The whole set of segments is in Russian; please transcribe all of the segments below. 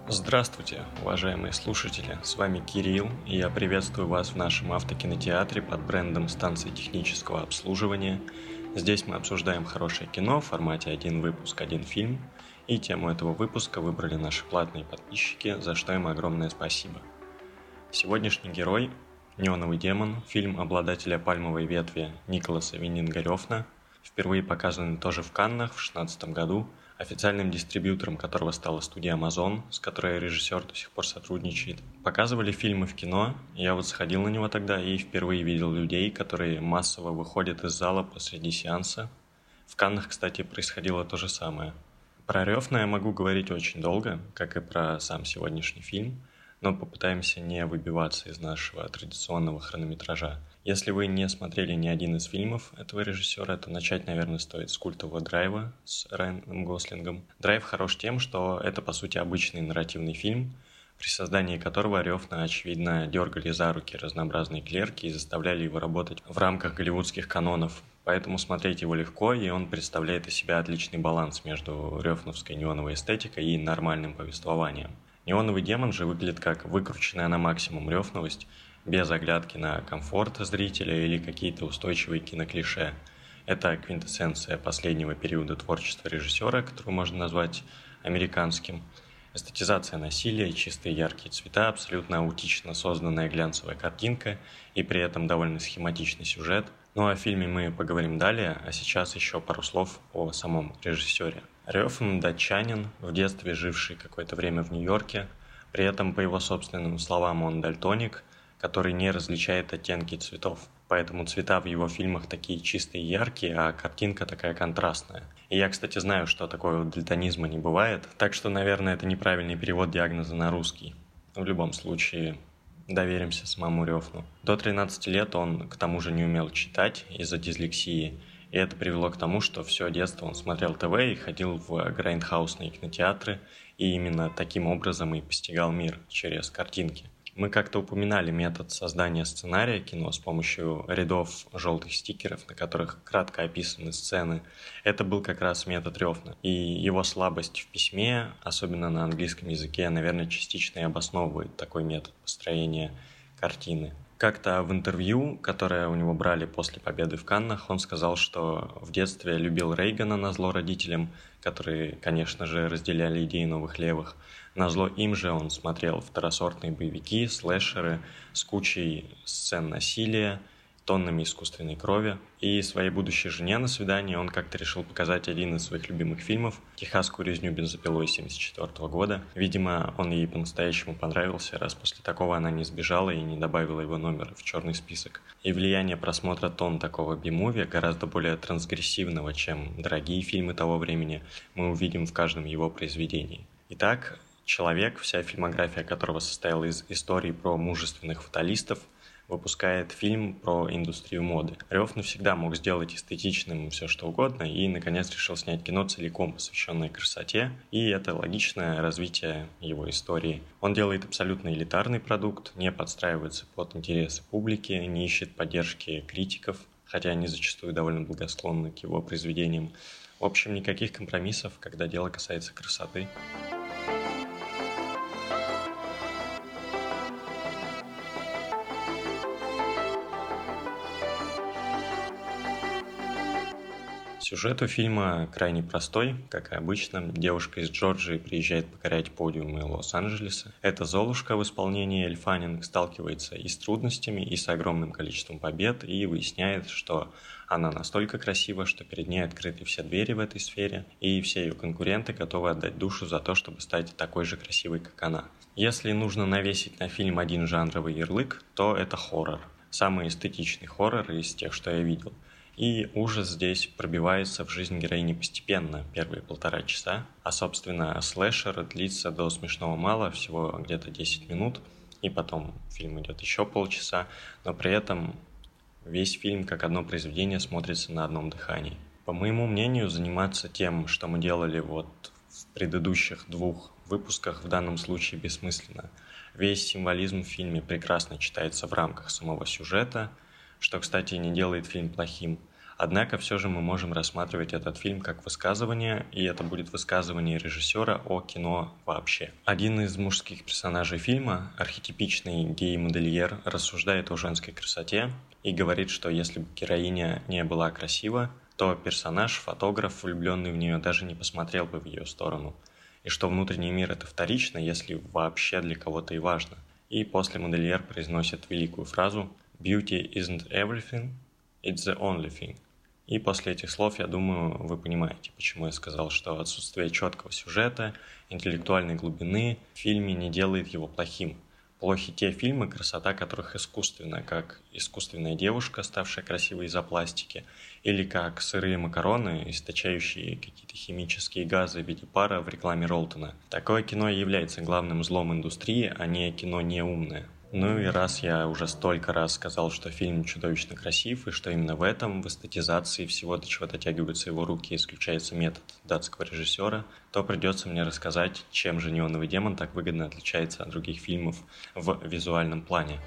Здравствуйте, уважаемые слушатели, с вами Кирилл, и я приветствую вас в нашем автокинотеатре под брендом станции технического обслуживания. Здесь мы обсуждаем хорошее кино в формате один выпуск, один фильм, и тему этого выпуска выбрали наши платные подписчики, за что им огромное спасибо. Сегодняшний герой – «Неоновый демон», фильм обладателя пальмовой ветви Николаса Виндинга Рёфна, впервые показанный тоже в Каннах в 2016 году, официальным дистрибьютором которого стала студия Amazon, с которой режиссер до сих пор сотрудничает. Показывали фильмы в кино, я вот сходил на него тогда и впервые видел людей, которые массово выходят из зала посреди сеанса. В Каннах, кстати, происходило то же самое. Про Рёфна я могу говорить очень долго, как и про сам сегодняшний фильм, но попытаемся не выбиваться из нашего традиционного хронометража. Если вы не смотрели ни один из фильмов этого режиссера, то начать, наверное, стоит с культового «Драйва» с Райаном Гослингом. «Драйв» хорош тем, что это, по сути, обычный нарративный фильм, при создании которого Рёфна, очевидно, дергали за руки разнообразные клерки и заставляли его работать в рамках голливудских канонов. Поэтому смотреть его легко, и он представляет из себя отличный баланс между рёфновской неоновой эстетикой и нормальным повествованием. «Неоновый демон» же выглядит как выкрученная на максимум рёфновость, без оглядки на комфорт зрителя или какие-то устойчивые киноклише. Это квинтэссенция последнего периода творчества режиссера, который можно назвать американским. Эстетизация насилия, чистые яркие цвета, абсолютно аутично созданная глянцевая картинка и при этом довольно схематичный сюжет. Ну о фильме мы поговорим далее, а сейчас еще пару слов о самом режиссере. Рёфн – датчанин, в детстве живший какое-то время в Нью-Йорке. При этом, по его собственным словам, он дальтоник, который не различает оттенки цветов. Поэтому цвета в его фильмах такие чистые и яркие, а картинка такая контрастная. И я, кстати, знаю, что такое дальтонизма не бывает, так что, наверное, это неправильный перевод диагноза на русский. В любом случае, доверимся самому Рёфну. До 13 лет он, к тому же, не умел читать из-за дислексии, и это привело к тому, что все детство он смотрел ТВ и ходил в грайндхаусные кинотеатры, и именно таким образом и постигал мир через картинки. Мы как-то упоминали метод создания сценария кино с помощью рядов желтых стикеров, на которых кратко описаны сцены. Это был как раз метод Рёфна. И его слабость в письме, особенно на английском языке, наверное, частично и обосновывает такой метод построения картины. Как-то в интервью, которое у него брали после победы в Каннах, он сказал, что в детстве любил Рейгана назло родителям, которые, конечно же, разделяли идеи новых левых. Назло им же он смотрел второсортные боевики, слэшеры с кучей сцен насилия, тоннами искусственной крови. И своей будущей жене на свидании он как-то решил показать один из своих любимых фильмов «Техасскую резню бензопилой» 1974 года. Видимо, он ей по-настоящему понравился, раз после такого она не сбежала и не добавила его номер в черный список. И влияние просмотра тон такого би-муви, гораздо более трансгрессивного, чем дорогие фильмы того времени, мы увидим в каждом его произведении. Итак, человек, вся фильмография которого состояла из историй про мужественных фаталистов, выпускает фильм про индустрию моды. Рёфн всегда мог сделать эстетичным все что угодно и, наконец, решил снять кино целиком, посвященное красоте, и это логичное развитие его истории. Он делает абсолютно элитарный продукт, не подстраивается под интересы публики, не ищет поддержки критиков, хотя они зачастую довольно благосклонны к его произведениям. В общем, никаких компромиссов, когда дело касается красоты. Сюжет у фильма крайне простой, как и обычно. Девушка из Джорджии приезжает покорять подиумы Лос-Анджелеса. Эта Золушка в исполнении Elle Fanning сталкивается и с трудностями, и с огромным количеством побед, и выясняет, что она настолько красива, что перед ней открыты все двери в этой сфере, и все ее конкуренты готовы отдать душу за то, чтобы стать такой же красивой, как она. Если нужно навесить на фильм один жанровый ярлык, то это хоррор. Самый эстетичный хоррор из тех, что я видел. И ужас здесь пробивается в жизнь героини постепенно, первые 1,5 часа, а, собственно, слэшер длится до смешного мало, всего где-то 10 минут, и потом фильм идет еще полчаса, но при этом весь фильм как одно произведение смотрится на одном дыхании. По моему мнению, заниматься тем, что мы делали вот в предыдущих 2 выпусках, в данном случае бессмысленно. Весь символизм в фильме прекрасно читается в рамках самого сюжета, что, кстати, не делает фильм плохим, Однако все же мы можем рассматривать этот фильм как высказывание, и это будет высказывание режиссера о кино вообще. Один из мужских персонажей фильма, архетипичный гей-модельер, рассуждает о женской красоте и говорит, что если бы героиня не была красива, то персонаж, фотограф, влюбленный в нее, даже не посмотрел бы в ее сторону. И что внутренний мир – это вторично, если вообще для кого-то и важно. И после модельер произносит великую фразу «Beauty isn't everything, it's the only thing». И после этих слов, я думаю, вы понимаете, почему я сказал, что отсутствие четкого сюжета, интеллектуальной глубины в фильме не делает его плохим. Плохи те фильмы, красота которых искусственна, как «Искусственная девушка», ставшая красивой из-за пластики, или как «Сырые макароны», источающие какие-то химические газы в виде пара в рекламе Ролтона. Такое кино и является главным злом индустрии, а не кино неумное. Ну и раз я уже столько раз сказал, что фильм чудовищно красив, и что именно в этом, в эстетизации всего, до чего дотягиваются его руки, исключается метод датского режиссера, то придется мне рассказать, чем же «Неоновый демон» так выгодно отличается от других фильмов в визуальном плане.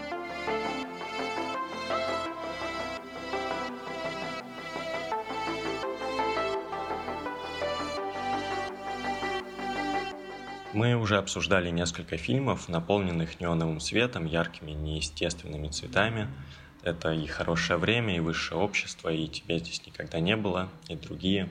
Мы уже обсуждали несколько фильмов, наполненных неоновым светом, яркими неестественными цветами. Это и «Хорошее время», и «Высшее общество», и «Тебя здесь никогда не было», и другие.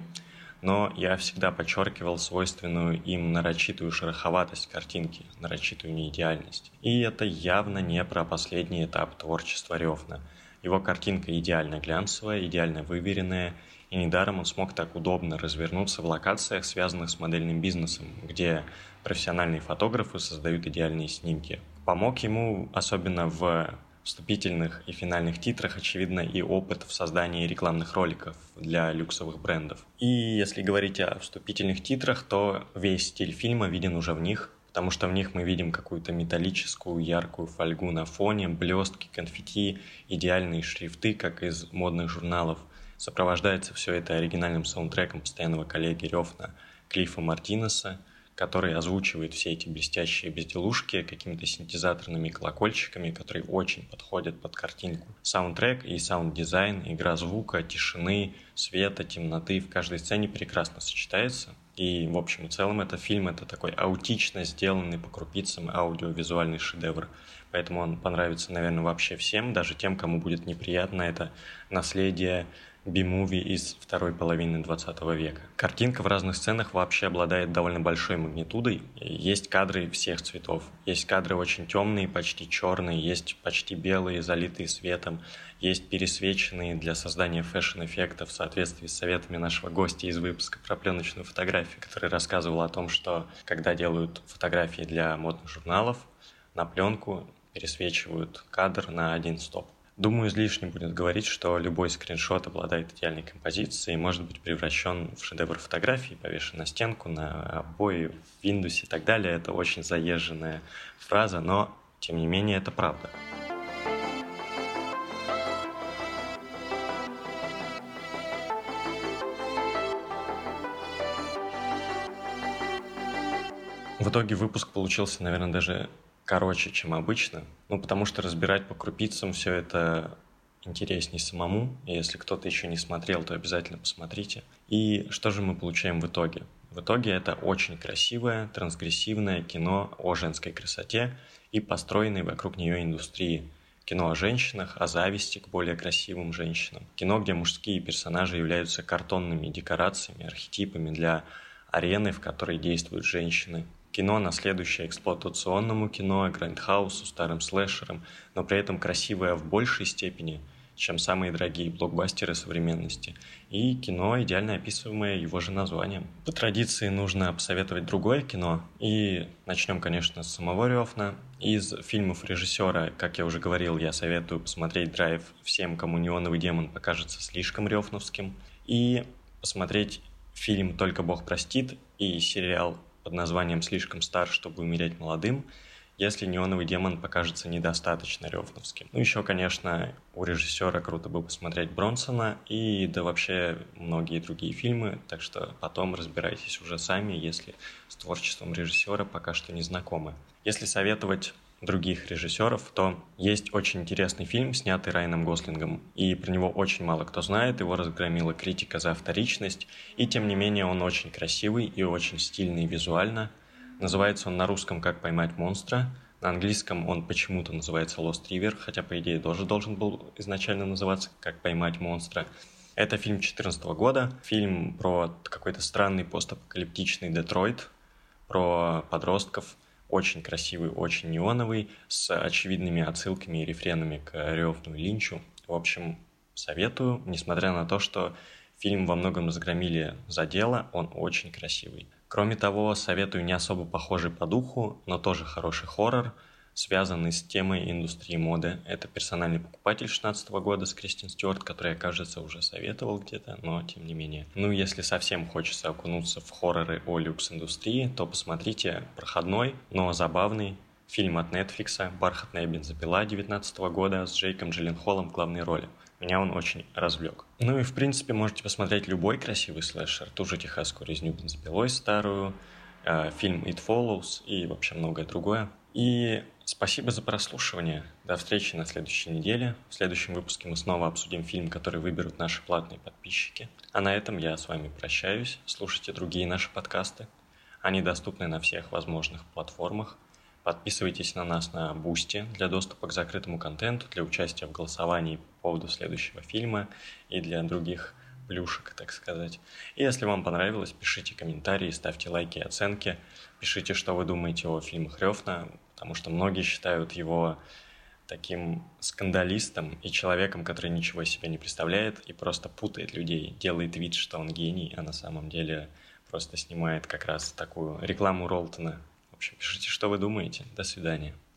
Но я всегда подчеркивал свойственную им нарочитую шероховатость картинки, нарочитую неидеальность. И это явно не про последний этап творчества Рёфна. Его картинка идеально глянцевая, идеально выверенная, и недаром он смог так удобно развернуться в локациях, связанных с модельным бизнесом, где профессиональные фотографы создают идеальные снимки. Помог ему, особенно в вступительных и финальных титрах, очевидно, и опыт в создании рекламных роликов для люксовых брендов. И если говорить о вступительных титрах, то весь стиль фильма виден уже в них, потому что в них мы видим какую-то металлическую яркую фольгу на фоне, блестки, конфетти, идеальные шрифты, как из модных журналов. Сопровождается все это оригинальным саундтреком постоянного коллеги Рёфна Клиффа Мартинеса, который озвучивает все эти блестящие безделушки какими-то синтезаторными колокольчиками, которые очень подходят под картинку. Саундтрек и саунд-дизайн, игра звука, тишины, света, темноты в каждой сцене прекрасно сочетается. И, в общем и целом, этот фильм – это такой аутично сделанный по крупицам аудиовизуальный шедевр. Поэтому он понравится, наверное, вообще всем, даже тем, кому будет неприятно это наследие би-муви из второй половины 20 века. Картинка в разных сценах вообще обладает довольно большой магнитудой. Есть кадры всех цветов. Есть кадры очень темные, почти черные, есть почти белые, залитые светом, есть пересвеченные для создания фэшн-эффекта в соответствии с советами нашего гостя из выпуска про пленочную фотографию, который рассказывал о том, что когда делают фотографии для модных журналов, на пленку пересвечивают кадр на один стоп. Думаю, излишне будет говорить, что любой скриншот обладает идеальной композицией и может быть превращен в шедевр фотографии, повешен на стенку, на обои, в Windows и так далее. Это очень заезженная фраза, но, тем не менее, это правда. В итоге выпуск получился, наверное, даже короче, чем обычно, потому что разбирать по крупицам все это интереснее самому, и если кто-то еще не смотрел, то обязательно посмотрите. И что же мы получаем в итоге? В итоге это очень красивое, трансгрессивное кино о женской красоте и построенной вокруг нее индустрии. Кино о женщинах, о зависти к более красивым женщинам. Кино, где мужские персонажи являются картонными декорациями, архетипами для арены, в которой действуют женщины. Кино, наследующее эксплуатационному кино, грайндхаусу, старым слэшерам, но при этом красивое в большей степени, чем самые дорогие блокбастеры современности. И кино, идеально описываемое его же названием. По традиции нужно посоветовать другое кино. И начнем, конечно, с самого Рёфна. Из фильмов режиссера, как я уже говорил, я советую посмотреть «Драйв» всем, кому «Неоновый демон» покажется слишком рёфновским. И посмотреть фильм «Только Бог простит» и сериал под названием «Слишком стар, чтобы умереть молодым», если «Неоновый демон» покажется недостаточно рёфновским. Еще, конечно, у режиссера круто бы посмотреть Бронсона и да вообще многие другие фильмы, так что потом разбирайтесь уже сами, если с творчеством режиссера пока что не знакомы. Если советовать других режиссеров, то есть очень интересный фильм, снятый Райаном Гослингом, и про него очень мало кто знает, его разгромила критика за вторичность, и тем не менее он очень красивый и очень стильный визуально. Называется он на русском «Как поймать монстра», на английском он почему-то называется Lost River, хотя, по идее, тоже должен был изначально называться «Как поймать монстра». Это фильм 2014 года, фильм про какой-то странный постапокалиптичный Детройт, про подростков, очень красивый, очень неоновый, с очевидными отсылками и рефренами к Рёвну и Линчу. В общем, советую, несмотря на то, что фильм во многом разгромили за дело, он очень красивый. Кроме того, советую не особо похожий по духу, но тоже хороший хоррор, связанный с темой индустрии моды. Это «Персональный покупатель» 2016 года с Кристен Стюарт, который я, кажется, уже советовал где-то, но тем не менее. Ну, если совсем хочется окунуться в хорроры о люкс-индустрии, то посмотрите проходной, но забавный фильм от Netflix «Бархатная бензопила» 2019 года с Джейком Джилленхолом в главной роли. Меня он очень развлек. Ну и, в принципе, можете посмотреть любой красивый слэшер, ту же «Техасскую резню бензопилой» старую, фильм «It Follows» и вообще многое другое. И спасибо за прослушивание. До встречи на следующей неделе. В следующем выпуске мы снова обсудим фильм, который выберут наши платные подписчики. А на этом я с вами прощаюсь. Слушайте другие наши подкасты. Они доступны на всех возможных платформах. Подписывайтесь на нас на Boosty для доступа к закрытому контенту, для участия в голосовании по поводу следующего фильма и для других плюшек, так сказать. И если вам понравилось, пишите комментарии, ставьте лайки и оценки. Пишите, что вы думаете о фильмах Рёфна, потому что многие считают его таким скандалистом и человеком, который ничего из себя не представляет и просто путает людей, делает вид, что он гений, а на самом деле просто снимает как раз такую рекламу Ролтона. В общем, пишите, что вы думаете. До свидания.